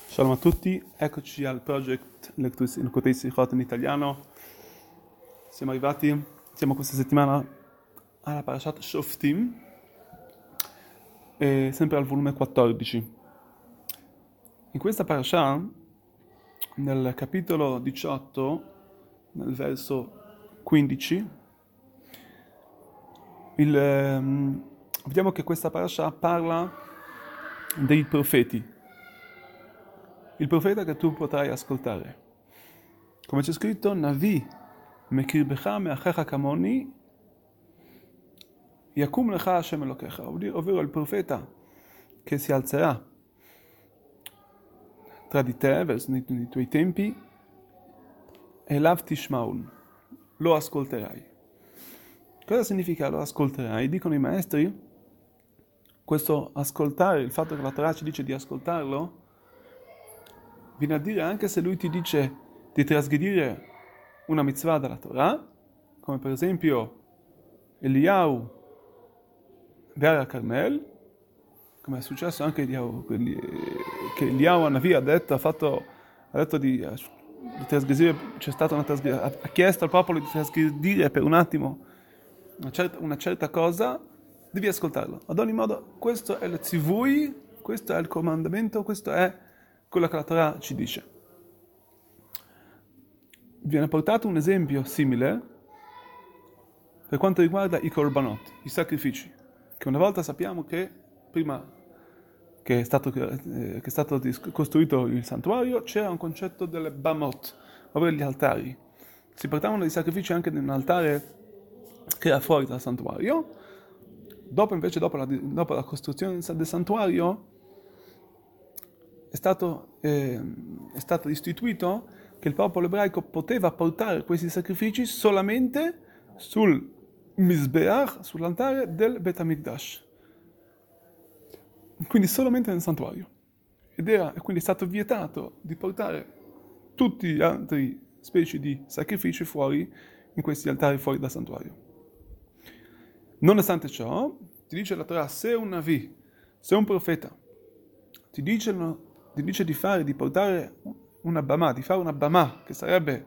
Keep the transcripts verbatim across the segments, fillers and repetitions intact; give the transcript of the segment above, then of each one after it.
Shalom a tutti, eccoci al project Lekutei Sichot in italiano. Siamo arrivati, siamo questa settimana alla Parashat Shoftim, e sempre al volume quattordici. In questa Parashat, nel capitolo diciotto, nel verso quindici, il, ehm, vediamo che questa Parashat parla dei profeti. Il profeta che tu potrai ascoltare. Come c'è scritto, Navi mekirbecha me'achecha kamoni yakum lecha Hashem Elokecha, ovvero il profeta che si alzerà tra di te, verso nei, nei tuoi tempi, e lav tishmaun, lo ascolterai. Cosa significa lo ascolterai? Dicono i maestri, questo ascoltare, il fatto che la Torah ci dice di ascoltarlo, viene a dire anche se lui ti dice di trasgredire una mitzvah dalla Torah, come per esempio Eliyahu Be'ar Carmel, come è successo anche Eliyahu, che Eliyahu Hanavi ha detto, ha fatto, ha detto di, di trasgredire, c'è stata una trasgressione, ha chiesto al popolo di trasgredire per un attimo una certa, una certa cosa, devi ascoltarlo. Ad ogni modo, questo è il tzivui, questo è il comandamento, questo è quello che la Torah ci dice. Viene portato un esempio simile per quanto riguarda i korbanot, i sacrifici, che una volta sappiamo che prima che è stato, eh, che è stato costruito il santuario c'era un concetto delle bamot, ovvero gli altari. Si portavano dei sacrifici anche in un altare che era fuori dal santuario. Dopo invece, dopo la, dopo la costruzione del santuario, È stato, eh, è stato istituito che il popolo ebraico poteva portare questi sacrifici solamente sul Mizbeach, sull'altare del Bet HaMikdash. Quindi solamente nel santuario. Ed era quindi è stato vietato di portare tutti gli altri specie di sacrifici fuori, in questi altari fuori dal santuario. Nonostante ciò, ti dice la Torah, se un Navi, se un profeta, ti dice ti dice di fare, di portare una bama, di fare una bama, che sarebbe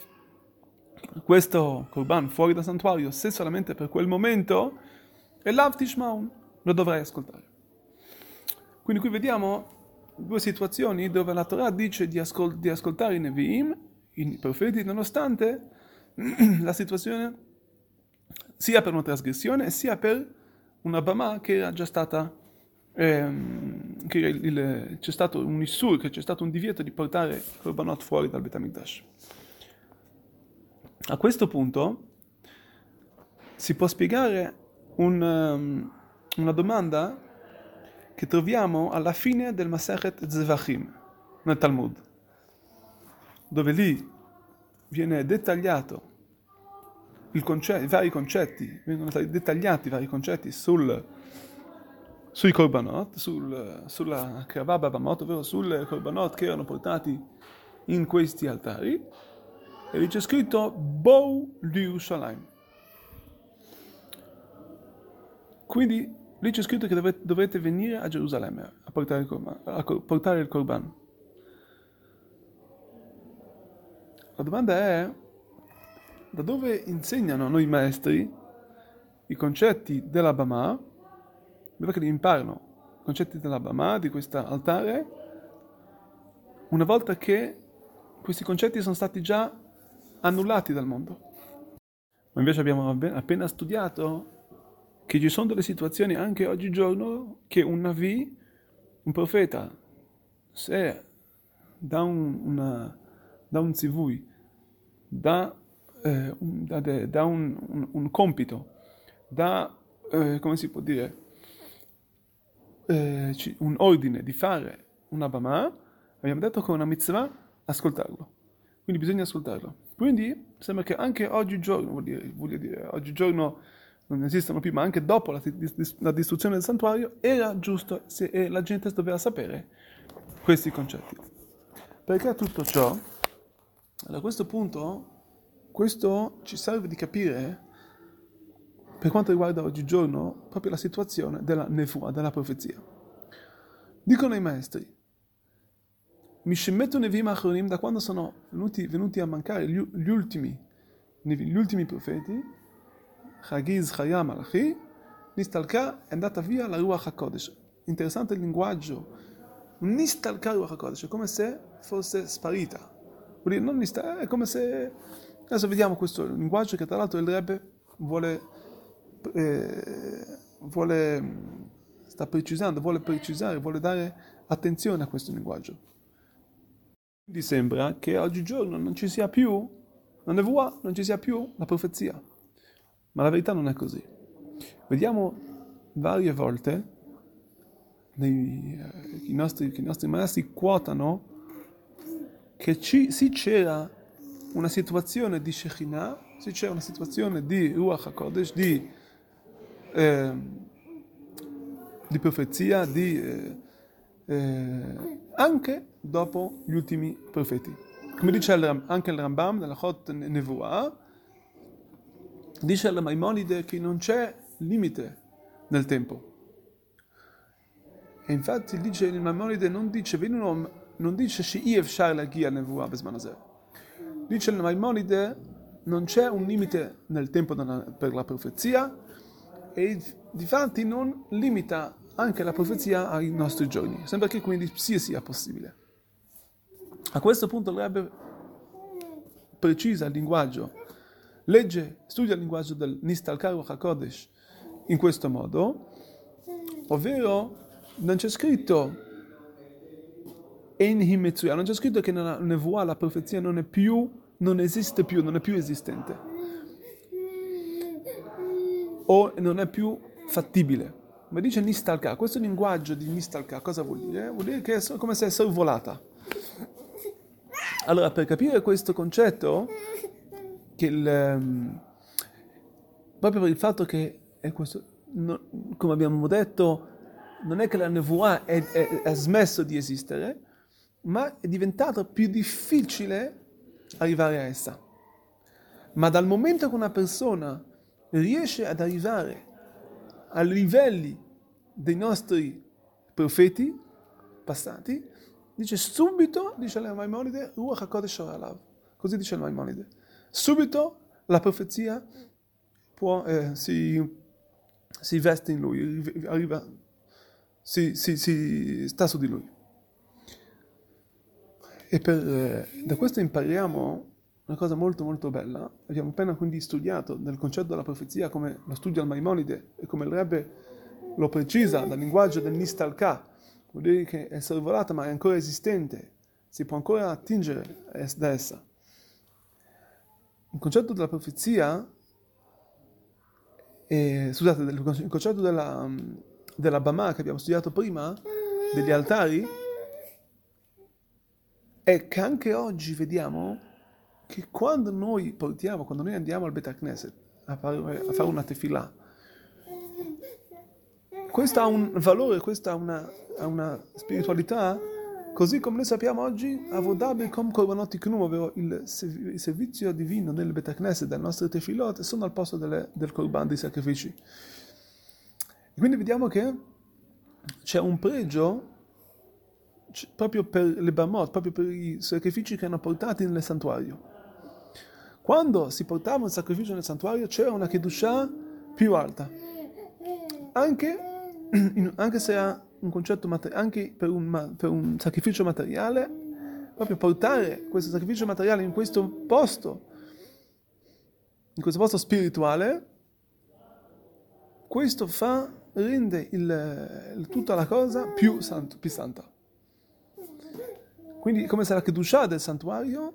questo korban fuori dal santuario, se solamente per quel momento, e lav tishmaun, lo dovrai ascoltare. Quindi qui vediamo due situazioni dove la Torah dice di, ascol- di ascoltare i Nevi'im, i profeti, nonostante la situazione sia per una trasgressione, sia per una bama che era già stata Ehm, che il, il, c'è stato un issur, che c'è stato un divieto di portare korbanot fuori dal Bet HaMikdash. A questo punto si può spiegare un, um, una domanda che troviamo alla fine del Masechet Zvachim nel Talmud, dove lì viene dettagliato il concetto, i vari concetti, vengono dettagliati i vari concetti sul sui korbanot, sul, sulla kravah bamot, ovvero sulle korbanot che erano portati in questi altari, e lì c'è scritto Bou Yerushalayim. Quindi lì c'è scritto che dovete, dovete venire a Gerusalemme a portare il korban. A portare il korban. La domanda è, da dove insegnano noi maestri i concetti della Bama? Dove che li imparano i concetti della Bama, di questo altare, una volta che questi concetti sono stati già annullati dal mondo. Ma invece abbiamo appena studiato che ci sono delle situazioni anche oggigiorno che un Navi, un profeta, se dà un, una, da un zivui, dà, eh, un, da, da un, un, un compito, da, eh, come si può dire, Eh, un ordine di fare una bama, abbiamo detto che è una mitzvah ascoltarlo, quindi bisogna ascoltarlo. Quindi sembra che anche oggigiorno, vuol dire, vuol dire oggigiorno non esistono più, ma anche dopo la, la distruzione del santuario era giusto se, e la gente doveva sapere questi concetti. Perché tutto ciò? Allora, a questo punto questo ci serve di capire, per quanto riguarda oggigiorno, proprio la situazione della nefuah, della profezia. Dicono i maestri, Mishemetu Nevim Achronim, da quando sono venuti, venuti a mancare gli, gli ultimi gli ultimi profeti, Chagiz, Chaya, Malachi, Nistalka è andata via la Ruach HaKodesh. Interessante il linguaggio. Nistalka Ruach HaKodesh, è come se fosse sparita. Vuol dire, non nistal- è come se... Adesso vediamo questo linguaggio che tra l'altro il Rebbe vuole... Eh, vuole sta precisando, vuole precisare, vuole dare attenzione a questo linguaggio. Quindi sembra che oggigiorno non ci sia più la nevuah, non ci sia più la profezia. Ma la verità non è così. Vediamo varie volte nei, eh, i, nostri, i nostri maestri quotano che ci, sì c'era una situazione di Shekhinah, sì c'era una situazione di Ruach HaKodesh, di, eh, di profezia, di, eh, eh, anche dopo gli ultimi profeti. Come dice il, anche il Rambam nella Chot Nevuah, dice alla Maimonide che non c'è limite nel tempo. E infatti dice il Maimonide non dice non dice She'iev Shar Lagia Nevuah Bezman Hazer. Dice il Maimonide non c'è un limite nel tempo per la profezia e difatti non limita anche la profezia ai nostri giorni. Sembra che quindi sì sia possibile. A questo punto il Rebbe precisa il linguaggio, legge, studia il linguaggio del Nistalka Ruach HaKodesh in questo modo, ovvero non c'è scritto Ein Himetsuya, non c'è scritto che nella nevuah la profezia non è più, non esiste più, non è più esistente o non è più fattibile. Ma dice Nistalka, questo linguaggio di Nistalka cosa vuol dire? Vuol dire che è come se è sorvolata. Allora, per capire questo concetto, che il, um, proprio per il fatto che è questo, no, come abbiamo detto, non è che la nevuah è, è, è smesso di esistere, ma è diventato più difficile arrivare a essa. Ma dal momento che una persona riesce ad arrivare ai livelli dei nostri profeti passati, dice subito, dice il Maimonide, Ruach HaKodesh Alav. Così dice il Maimonide. Subito la profezia può, eh, si, si veste in lui, arriva, si, si, si sta su di lui. E per, eh, da questo impariamo una cosa molto molto bella. Abbiamo appena quindi studiato del concetto della profezia come lo studia il Maimonide e come il Rebbe lo precisa dal linguaggio del Nistalka. Vuol dire che è sorvolata ma è ancora esistente, si può ancora attingere da essa. Il concetto della profezia, eh, scusate, il concetto della, della Bama che abbiamo studiato prima, degli altari, è che anche oggi vediamo che quando noi portiamo, quando noi andiamo al Bet Knesset a fare, a fare una tefillah, questo ha un valore, questa ha una, ha una spiritualità, così come noi sappiamo oggi, Avodah Kom Korbanot Iknum, ovvero il, il servizio divino nel Bet Knesset, delle nostre tefilot, sono al posto delle, del Korban, dei sacrifici. E quindi vediamo che c'è un pregio proprio per le Bamot, proprio per i sacrifici che hanno portati nel santuario. Quando si portava un sacrificio nel santuario c'era una Kedushah più alta, anche, anche se ha un concetto materiale, anche per un, per un sacrificio materiale, proprio portare questo sacrificio materiale in questo posto, in questo posto spirituale, questo fa, rende il, il, tutta la cosa più, santo, più santa. Quindi come se la Kedushah del santuario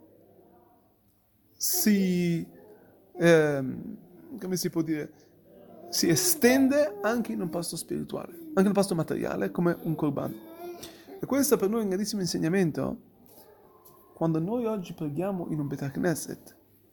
si, eh, come si può dire, si estende anche in un posto spirituale, anche in un posto materiale come un korban. E questo per noi è un grandissimo insegnamento. Quando noi oggi preghiamo in un Bet Knesset,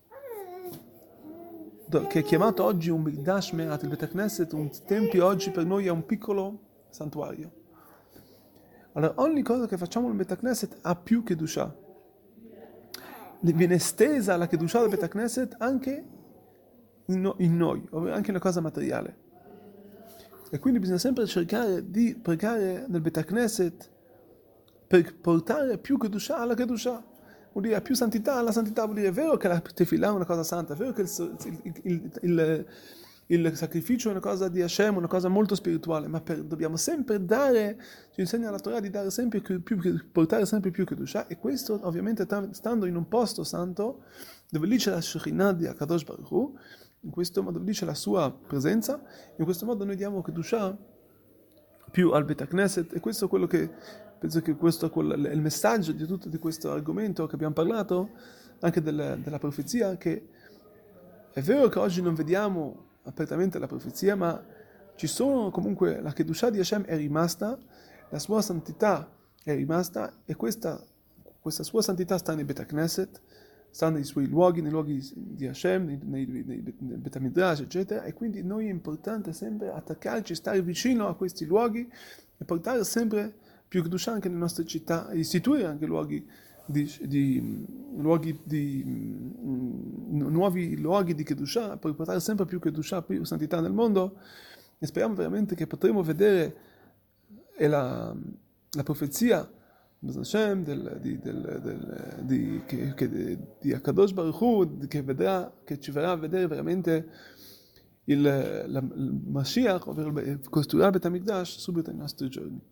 che è chiamato oggi un Mikdash Me'at, il Bet Knesset, un tempio oggi per noi è un piccolo santuario. Allora ogni cosa che facciamo nel Bet Knesset ha più Kedushah. Viene estesa la Kedushah del Bet Knesset anche in, no, in noi, anche nella cosa materiale. E quindi bisogna sempre cercare di pregare nel Bet Knesset per portare più Kedusha alla Kedusha. Vuol dire più santità alla santità, vuol dire è vero che la tefillah è una cosa santa, è vero che il, il, il, il, il sacrificio è una cosa di Hashem, una cosa molto spirituale, ma per, dobbiamo sempre dare, ci insegna la Torah di dare sempre più, più portare sempre più Kedusha, e questo ovviamente stando in un posto santo, dove lì c'è la Shekhinah di Akadosh Baruch Hu, in questo modo lì c'è la sua presenza, in questo modo noi diamo Kedusha più al Bet Knesset, e questo è quello che penso che questo è il messaggio di tutto di questo argomento che abbiamo parlato, anche del, della profezia, che è vero che oggi non vediamo apertamente la profezia, ma ci sono comunque, la Kedusha di Hashem è rimasta, la sua santità è rimasta, e questa, questa sua santità sta nei Bet Knesset, sta nei suoi luoghi, nei luoghi di Hashem, nei, nei, nei, nei Bet Midrash, eccetera, e quindi noi è importante sempre attaccarci, stare vicino a questi luoghi e portare sempre più Kedusha anche nelle nostre città, e istituire anche luoghi di, di, luoghi di mm, nuovi luoghi di Kedusha, per portare sempre più Kedusha, più santità nel mondo, e speriamo veramente che potremo vedere e la, la profezia Hashem, del, di, del, del, di, che, che, di Akadosh Baruch Hu, che, vedrà, che ci farà vedere veramente il, la, il Mashiach, ovvero costruirà il Bet HaMikdash subito nei nostri giorni.